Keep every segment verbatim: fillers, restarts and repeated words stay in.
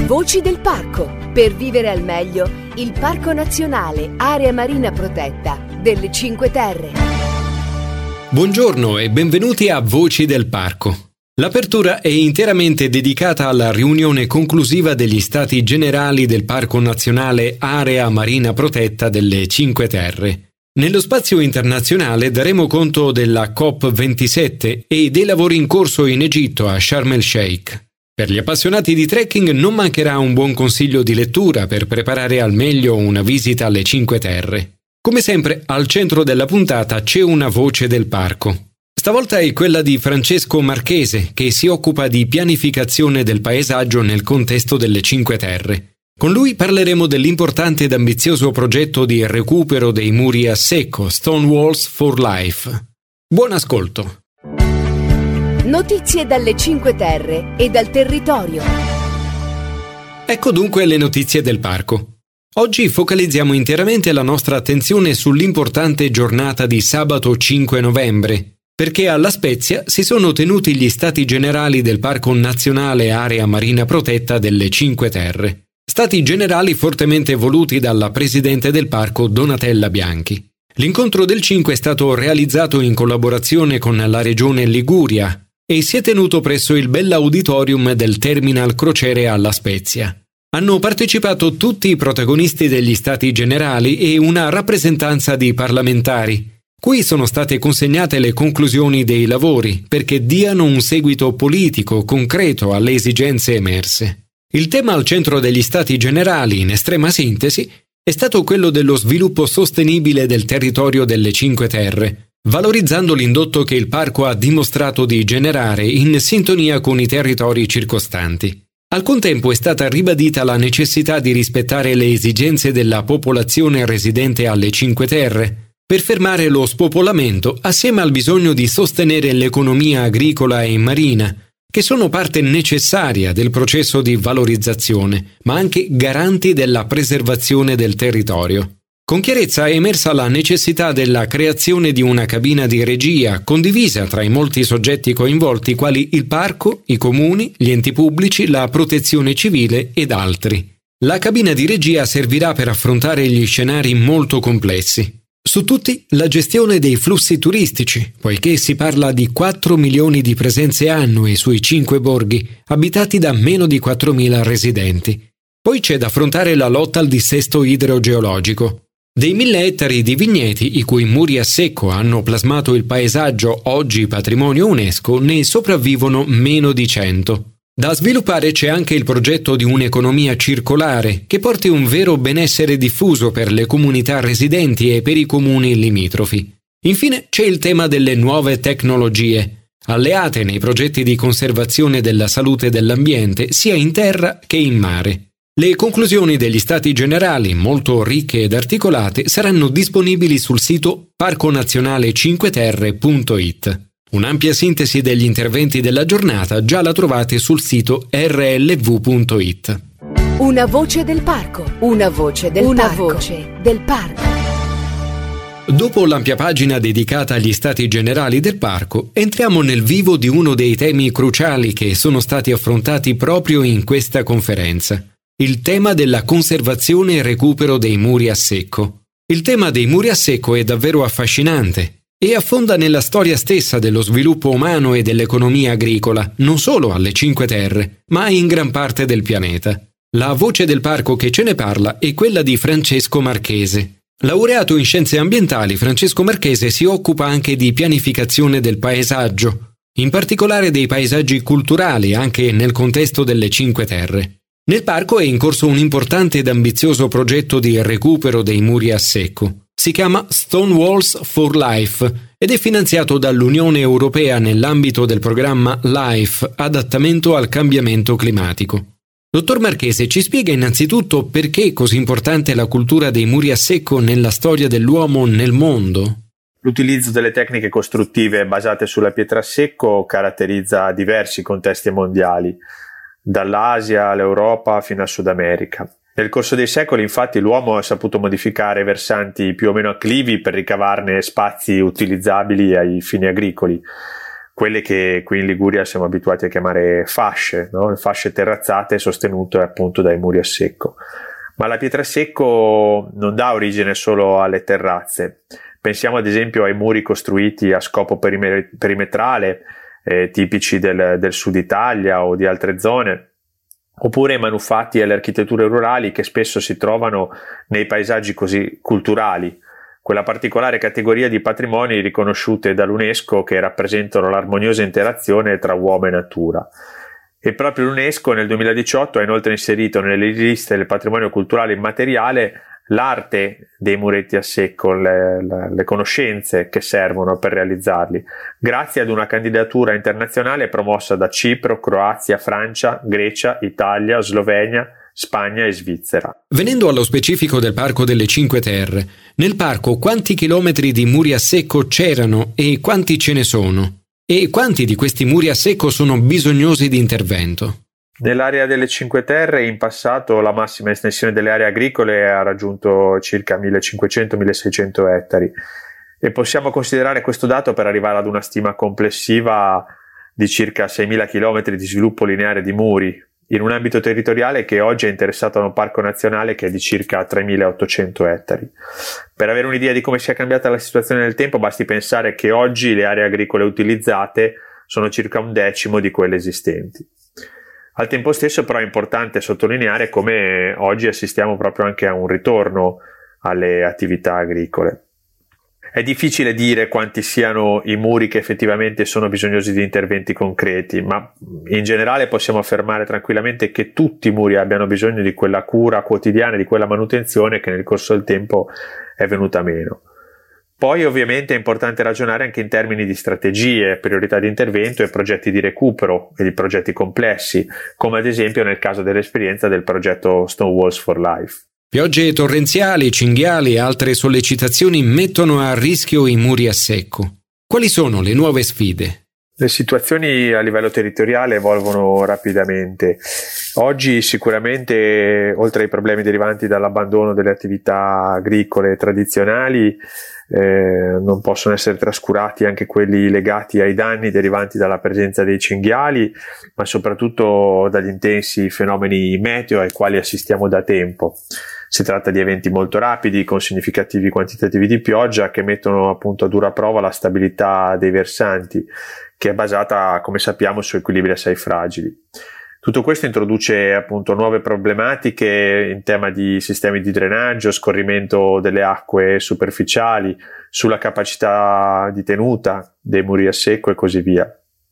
Voci del parco. Per vivere al meglio, il Parco Nazionale Area Marina Protetta delle Cinque Terre. Buongiorno e benvenuti a Voci del Parco. L'apertura è interamente dedicata alla riunione conclusiva degli Stati Generali del Parco Nazionale Area Marina Protetta delle Cinque Terre. Nello spazio internazionale daremo conto della COP ventisette e dei lavori in corso in Egitto a Sharm el-Sheikh. Per gli appassionati di trekking non mancherà un buon consiglio di lettura per preparare al meglio una visita alle Cinque Terre. Come sempre, al centro della puntata c'è una voce del parco. Stavolta è quella di Francesco Marchese, che si occupa di pianificazione del paesaggio nel contesto delle Cinque Terre. Con lui parleremo dell'importante ed ambizioso progetto di recupero dei muri a secco, Stone Walls for Life. Buon ascolto! Notizie dalle Cinque Terre e dal territorio. Ecco dunque le notizie del parco. Oggi focalizziamo interamente la nostra attenzione sull'importante giornata di sabato cinque novembre, perché alla Spezia si sono tenuti gli Stati Generali del Parco Nazionale Area Marina Protetta delle Cinque Terre. Stati Generali fortemente voluti dalla Presidente del Parco Donatella Bianchi. L'incontro del cinque è stato realizzato in collaborazione con la Regione Liguria e si è tenuto presso il Bell'Auditorium del Terminal Crociere alla Spezia. Hanno partecipato tutti i protagonisti degli Stati Generali e una rappresentanza di parlamentari, cui sono state consegnate le conclusioni dei lavori perché diano un seguito politico concreto alle esigenze emerse. Il tema al centro degli Stati Generali, in estrema sintesi, è stato quello dello sviluppo sostenibile del territorio delle Cinque Terre, valorizzando l'indotto che il parco ha dimostrato di generare in sintonia con i territori circostanti. Al contempo è stata ribadita la necessità di rispettare le esigenze della popolazione residente alle Cinque Terre, per fermare lo spopolamento assieme al bisogno di sostenere l'economia agricola e marina, che sono parte necessaria del processo di valorizzazione, ma anche garanti della preservazione del territorio. Con chiarezza è emersa la necessità della creazione di una cabina di regia condivisa tra i molti soggetti coinvolti quali il parco, i comuni, gli enti pubblici, la protezione civile ed altri. La cabina di regia servirà per affrontare gli scenari molto complessi. Su tutti la gestione dei flussi turistici, poiché si parla di quattro milioni di presenze annue sui cinque borghi, abitati da meno di quattromila residenti. Poi c'è da affrontare la lotta al dissesto idrogeologico. Dei mille ettari di vigneti, i cui muri a secco hanno plasmato il paesaggio oggi patrimonio UNESCO, ne sopravvivono meno di cento. Da sviluppare c'è anche il progetto di un'economia circolare che porti un vero benessere diffuso per le comunità residenti e per i comuni limitrofi. Infine c'è il tema delle nuove tecnologie, alleate nei progetti di conservazione della salute dell'ambiente sia in terra che in mare. Le conclusioni degli Stati Generali, molto ricche ed articolate, saranno disponibili sul sito parco nazionale cinque terre punto it. Un'ampia sintesi degli interventi della giornata già la trovate sul sito erre elle vu punto it. Una voce del parco, una voce del una parco. voce del parco. Dopo l'ampia pagina dedicata agli Stati Generali del Parco, entriamo nel vivo di uno dei temi cruciali che sono stati affrontati proprio in questa conferenza. Il tema della conservazione e recupero dei muri a secco. Il tema dei muri a secco è davvero affascinante e affonda nella storia stessa dello sviluppo umano e dell'economia agricola, non solo alle Cinque Terre, ma in gran parte del pianeta. La voce del parco che ce ne parla è quella di Francesco Marchese. Laureato in scienze ambientali, Francesco Marchese si occupa anche di pianificazione del paesaggio, in particolare dei paesaggi culturali anche nel contesto delle Cinque Terre. Nel parco è in corso un importante ed ambizioso progetto di recupero dei muri a secco. Si chiama Stone Walls for Life ed è finanziato dall'Unione Europea nell'ambito del programma LIFE, adattamento al cambiamento climatico. Dottor Marchese, ci spiega innanzitutto perché è così importante la cultura dei muri a secco nella storia dell'uomo nel mondo? L'utilizzo delle tecniche costruttive basate sulla pietra a secco caratterizza diversi contesti mondiali, dall'Asia all'Europa fino al Sud America. Nel corso dei secoli, infatti, l'uomo ha saputo modificare versanti più o meno acclivi per ricavarne spazi utilizzabili ai fini agricoli. quelle che qui in Liguria siamo abituati a chiamare fasce, no? Fasce terrazzate sostenute appunto dai muri a secco. Ma la pietra a secco non dà origine solo alle terrazze. Pensiamo ad esempio ai muri costruiti a scopo perime- perimetrale, eh, tipici del, del sud Italia o di altre zone, oppure ai manufatti e alle architetture rurali che spesso si trovano nei paesaggi così culturali, quella particolare categoria di patrimoni riconosciute dall'UNESCO che rappresentano l'armoniosa interazione tra uomo e natura. E proprio l'UNESCO nel duemiladiciotto ha inoltre inserito nelle liste del patrimonio culturale immateriale l'arte dei muretti a secco, le, le, le conoscenze che servono per realizzarli, grazie ad una candidatura internazionale promossa da Cipro, Croazia, Francia, Grecia, Italia, Slovenia, Spagna e Svizzera. Venendo allo specifico del Parco delle Cinque Terre, nel parco quanti chilometri di muri a secco c'erano e quanti ce ne sono? E quanti di questi muri a secco sono bisognosi di intervento? Nell'area delle Cinque Terre in passato la massima estensione delle aree agricole ha raggiunto circa millecinquecento milleseicento ettari e possiamo considerare questo dato per arrivare ad una stima complessiva di circa seimila chilometri di sviluppo lineare di muri in un ambito territoriale che oggi è interessato da un parco nazionale che è di circa tremilaottocento ettari. Per avere un'idea di come sia cambiata la situazione nel tempo basti pensare che oggi le aree agricole utilizzate sono circa un decimo di quelle esistenti. Al tempo stesso però è importante sottolineare come oggi assistiamo proprio anche a un ritorno alle attività agricole. È difficile dire quanti siano i muri che effettivamente sono bisognosi di interventi concreti, ma in generale possiamo affermare tranquillamente che tutti i muri abbiano bisogno di quella cura quotidiana, di quella manutenzione che nel corso del tempo è venuta meno. Poi ovviamente è importante ragionare anche in termini di strategie, priorità di intervento e progetti di recupero e di progetti complessi, come ad esempio nel caso dell'esperienza del progetto Stone Walls for Life. Piogge torrenziali, cinghiali e altre sollecitazioni mettono a rischio i muri a secco. Quali sono le nuove sfide? Le situazioni a livello territoriale evolvono rapidamente. Oggi sicuramente, oltre ai problemi derivanti dall'abbandono delle attività agricole tradizionali, eh, non possono essere trascurati anche quelli legati ai danni derivanti dalla presenza dei cinghiali, ma soprattutto dagli intensi fenomeni meteo ai quali assistiamo da tempo. Si tratta di eventi molto rapidi, con significativi quantitativi di pioggia che mettono appunto a dura prova la stabilità dei versanti, che è basata, come sappiamo, su equilibri assai fragili. Tutto questo introduce appunto nuove problematiche in tema di sistemi di drenaggio, scorrimento delle acque superficiali, sulla capacità di tenuta dei muri a secco e così via.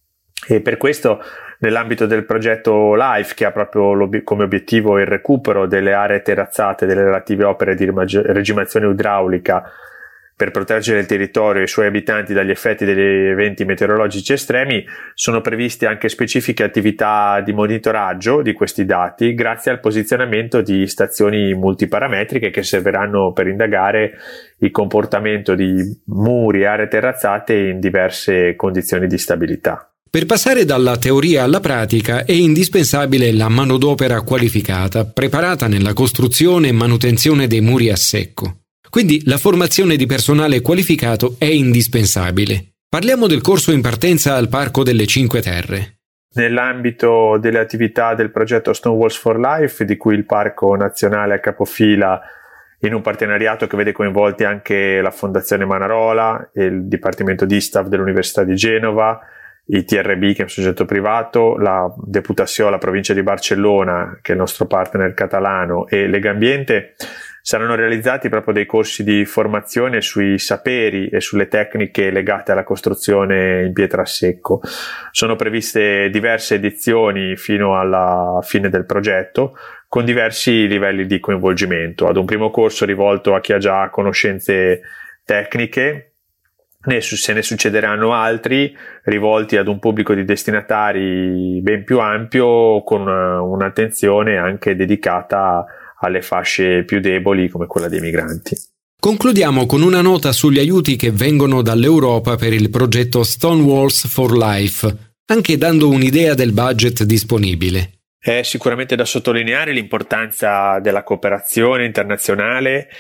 E per questo nell'ambito del progetto LIFE, che ha proprio come obiettivo il recupero delle aree terrazzate delle relative opere di regimazione idraulica per proteggere il territorio e i suoi abitanti dagli effetti degli eventi meteorologici estremi, sono previste anche specifiche attività di monitoraggio di questi dati grazie al posizionamento di stazioni multiparametriche che serviranno per indagare il comportamento di muri e aree terrazzate in diverse condizioni di stabilità. Per passare dalla teoria alla pratica è indispensabile la manodopera qualificata, preparata nella costruzione e manutenzione dei muri a secco. Quindi la formazione di personale qualificato è indispensabile. Parliamo del corso in partenza al Parco delle Cinque Terre. Nell'ambito delle attività del progetto Stone Walls for Life, di cui il Parco Nazionale è capofila in un partenariato che vede coinvolti anche la Fondazione Manarola, il Dipartimento di Staff dell'Università di Genova, I T R B che è un soggetto privato, la Deputació, la provincia di Barcellona che è il nostro partner catalano e Legambiente, saranno realizzati proprio dei corsi di formazione sui saperi e sulle tecniche legate alla costruzione in pietra a secco. Sono previste diverse edizioni fino alla fine del progetto, con diversi livelli di coinvolgimento. Ad un primo corso rivolto a chi ha già conoscenze tecniche, Ne, se ne succederanno altri rivolti ad un pubblico di destinatari ben più ampio, con una, un'attenzione anche dedicata alle fasce più deboli come quella dei migranti. Concludiamo con una nota sugli aiuti che vengono dall'Europa per il progetto Stone Walls for Life, anche dando un'idea del budget disponibile. È sicuramente da sottolineare l'importanza della cooperazione internazionale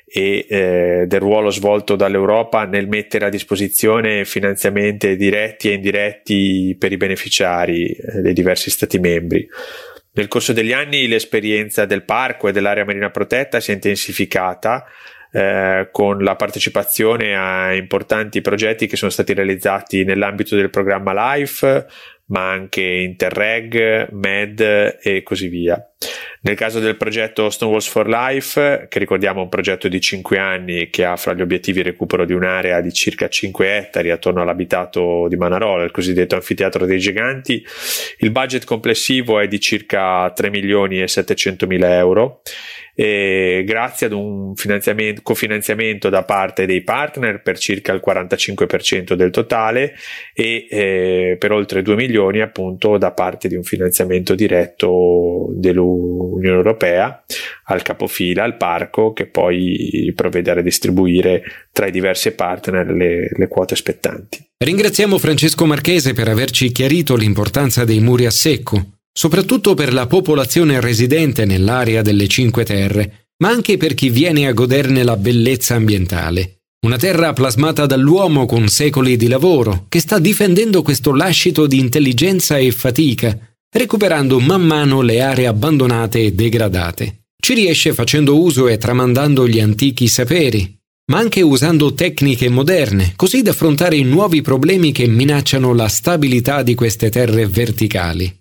e eh, del ruolo svolto dall'Europa nel mettere a disposizione finanziamenti diretti e indiretti per i beneficiari eh, dei diversi Stati membri. Nel corso degli anni l'esperienza del parco e dell'area marina protetta si è intensificata eh, con la partecipazione a importanti progetti che sono stati realizzati nell'ambito del programma LIFE, ma anche Interreg, MED e così via. Nel caso del progetto Stonewalls for Life, che ricordiamo è un progetto di cinque anni che ha fra gli obiettivi il recupero di un'area di circa cinque ettari attorno all'abitato di Manarola, il cosiddetto anfiteatro dei giganti, il budget complessivo è di circa tre milioni e settecentomila euro e grazie ad un finanziamento, cofinanziamento da parte dei partner per circa il quarantacinque per cento del totale e eh, per oltre due milioni appunto da parte di un finanziamento diretto dell'Unione Europea al capofila, al parco, che poi provvede a distribuire tra i diversi partner le, le quote spettanti. Ringraziamo Francesco Marchese per averci chiarito l'importanza dei muri a secco, soprattutto per la popolazione residente nell'area delle Cinque Terre, ma anche per chi viene a goderne la bellezza ambientale. Una terra plasmata dall'uomo con secoli di lavoro, che sta difendendo questo lascito di intelligenza e fatica, recuperando man mano le aree abbandonate e degradate. Ci riesce facendo uso e tramandando gli antichi saperi, ma anche usando tecniche moderne, così da affrontare i nuovi problemi che minacciano la stabilità di queste terre verticali.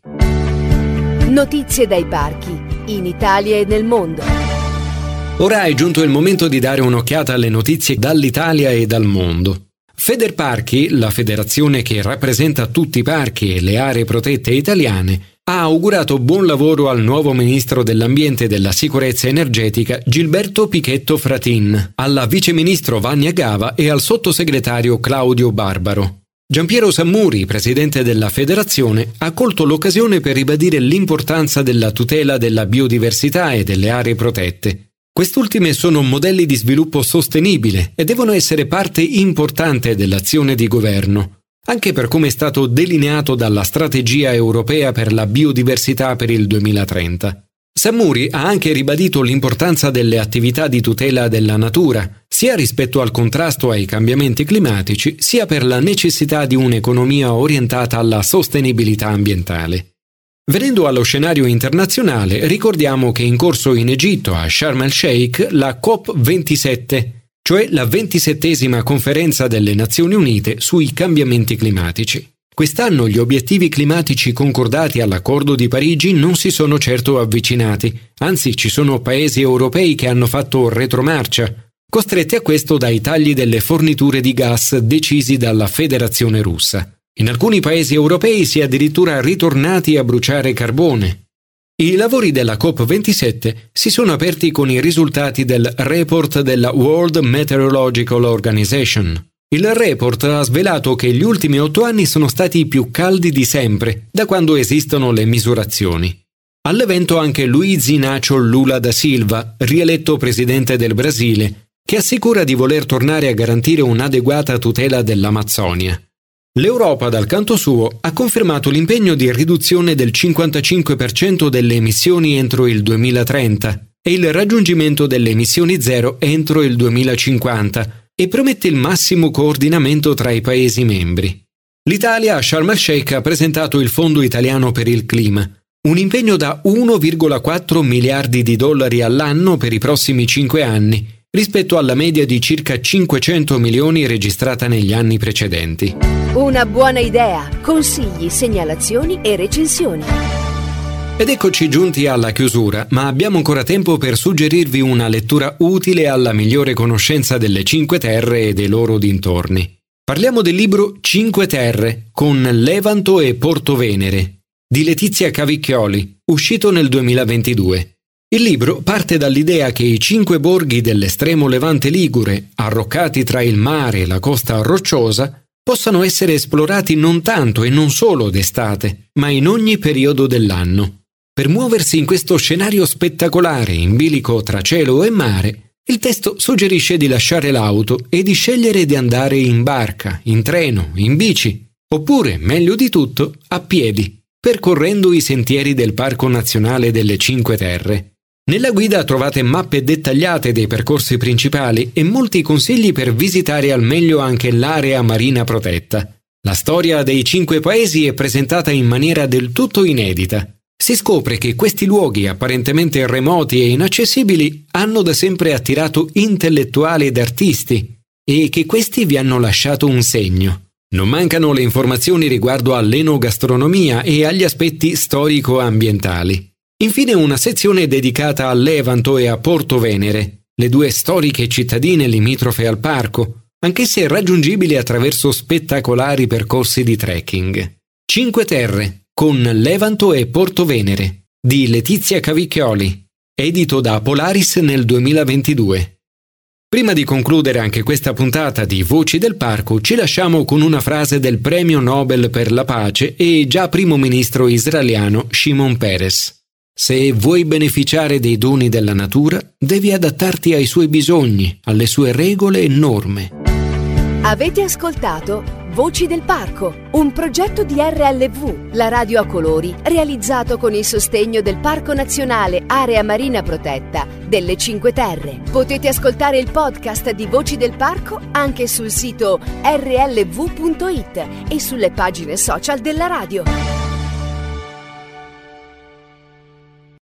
Notizie dai parchi, in Italia e nel mondo. Ora è giunto il momento di dare un'occhiata alle notizie dall'Italia e dal mondo. Federparchi, la federazione che rappresenta tutti i parchi e le aree protette italiane, ha augurato buon lavoro al nuovo ministro dell'Ambiente e della Sicurezza Energetica Gilberto Pichetto Fratin, alla viceministro Vania Gava e al sottosegretario Claudio Barbaro. Giampiero Sammuri, presidente della federazione, ha colto l'occasione per ribadire l'importanza della tutela della biodiversità e delle aree protette. Quest'ultime sono modelli di sviluppo sostenibile e devono essere parte importante dell'azione di governo, anche per come è stato delineato dalla Strategia europea per la biodiversità per il duemilatrenta. Sammuri ha anche ribadito l'importanza delle attività di tutela della natura, sia rispetto al contrasto ai cambiamenti climatici, sia per la necessità di un'economia orientata alla sostenibilità ambientale. Venendo allo scenario internazionale, ricordiamo che è in corso in Egitto, a Sharm el-Sheikh, la COP ventisette, cioè la ventisettesima conferenza delle Nazioni Unite sui cambiamenti climatici. Quest'anno gli obiettivi climatici concordati all'Accordo di Parigi non si sono certo avvicinati, anzi ci sono paesi europei che hanno fatto retromarcia, costretti a questo dai tagli delle forniture di gas decisi dalla Federazione Russa. In alcuni paesi europei si è addirittura ritornati a bruciare carbone. I lavori della COP ventisette si sono aperti con i risultati del report della World Meteorological Organization. Il report ha svelato che gli ultimi otto anni sono stati i più caldi di sempre, da quando esistono le misurazioni. All'evento anche Luiz Inácio Lula da Silva, rieletto presidente del Brasile, che assicura di voler tornare a garantire un'adeguata tutela dell'Amazzonia. L'Europa, dal canto suo, ha confermato l'impegno di riduzione del cinquantacinque per cento delle emissioni entro il duemilatrenta e il raggiungimento delle emissioni zero entro il duemilacinquanta, e promette il massimo coordinamento tra i Paesi membri. L'Italia a Sharm el-Sheikh ha presentato il Fondo Italiano per il Clima, un impegno da uno virgola quattro miliardi di dollari all'anno per i prossimi cinque anni, rispetto alla media di circa cinquecento milioni registrata negli anni precedenti. Una buona idea, consigli, segnalazioni e recensioni. Ed eccoci giunti alla chiusura, ma abbiamo ancora tempo per suggerirvi una lettura utile alla migliore conoscenza delle Cinque Terre e dei loro dintorni. Parliamo del libro Cinque Terre, con Levanto e Porto Venere, di Letizia Cavicchioli, uscito nel duemilaventidue. Il libro parte dall'idea che i cinque borghi dell'estremo levante ligure, arroccati tra il mare e la costa rocciosa, possano essere esplorati non tanto e non solo d'estate, ma in ogni periodo dell'anno. Per muoversi in questo scenario spettacolare in bilico tra cielo e mare, il testo suggerisce di lasciare l'auto e di scegliere di andare in barca, in treno, in bici, oppure, meglio di tutto, a piedi, percorrendo i sentieri del Parco Nazionale delle Cinque Terre. Nella guida trovate mappe dettagliate dei percorsi principali e molti consigli per visitare al meglio anche l'area marina protetta. La storia dei cinque paesi è presentata in maniera del tutto inedita. Si scopre che questi luoghi apparentemente remoti e inaccessibili hanno da sempre attirato intellettuali ed artisti e che questi vi hanno lasciato un segno. Non mancano le informazioni riguardo all'enogastronomia e agli aspetti storico-ambientali. Infine una sezione dedicata a Levanto e a Porto Venere, le due storiche cittadine limitrofe al parco, anch'esse raggiungibili attraverso spettacolari percorsi di trekking. Cinque Terre, con Levanto e Porto Venere, di Letizia Cavicchioli, edito da Polaris nel duemilaventidue. Prima di concludere anche questa puntata di Voci del Parco, ci lasciamo con una frase del premio Nobel per la pace e già primo ministro israeliano Shimon Peres. Se vuoi beneficiare dei doni della natura, devi adattarti ai suoi bisogni, alle sue regole e norme. Avete ascoltato Voci del Parco, un progetto di R L V, la radio a colori, realizzato con il sostegno del Parco Nazionale Area Marina Protetta delle Cinque Terre. Potete ascoltare il podcast di Voci del Parco anche sul sito erre elle vu punto it e sulle pagine social della radio.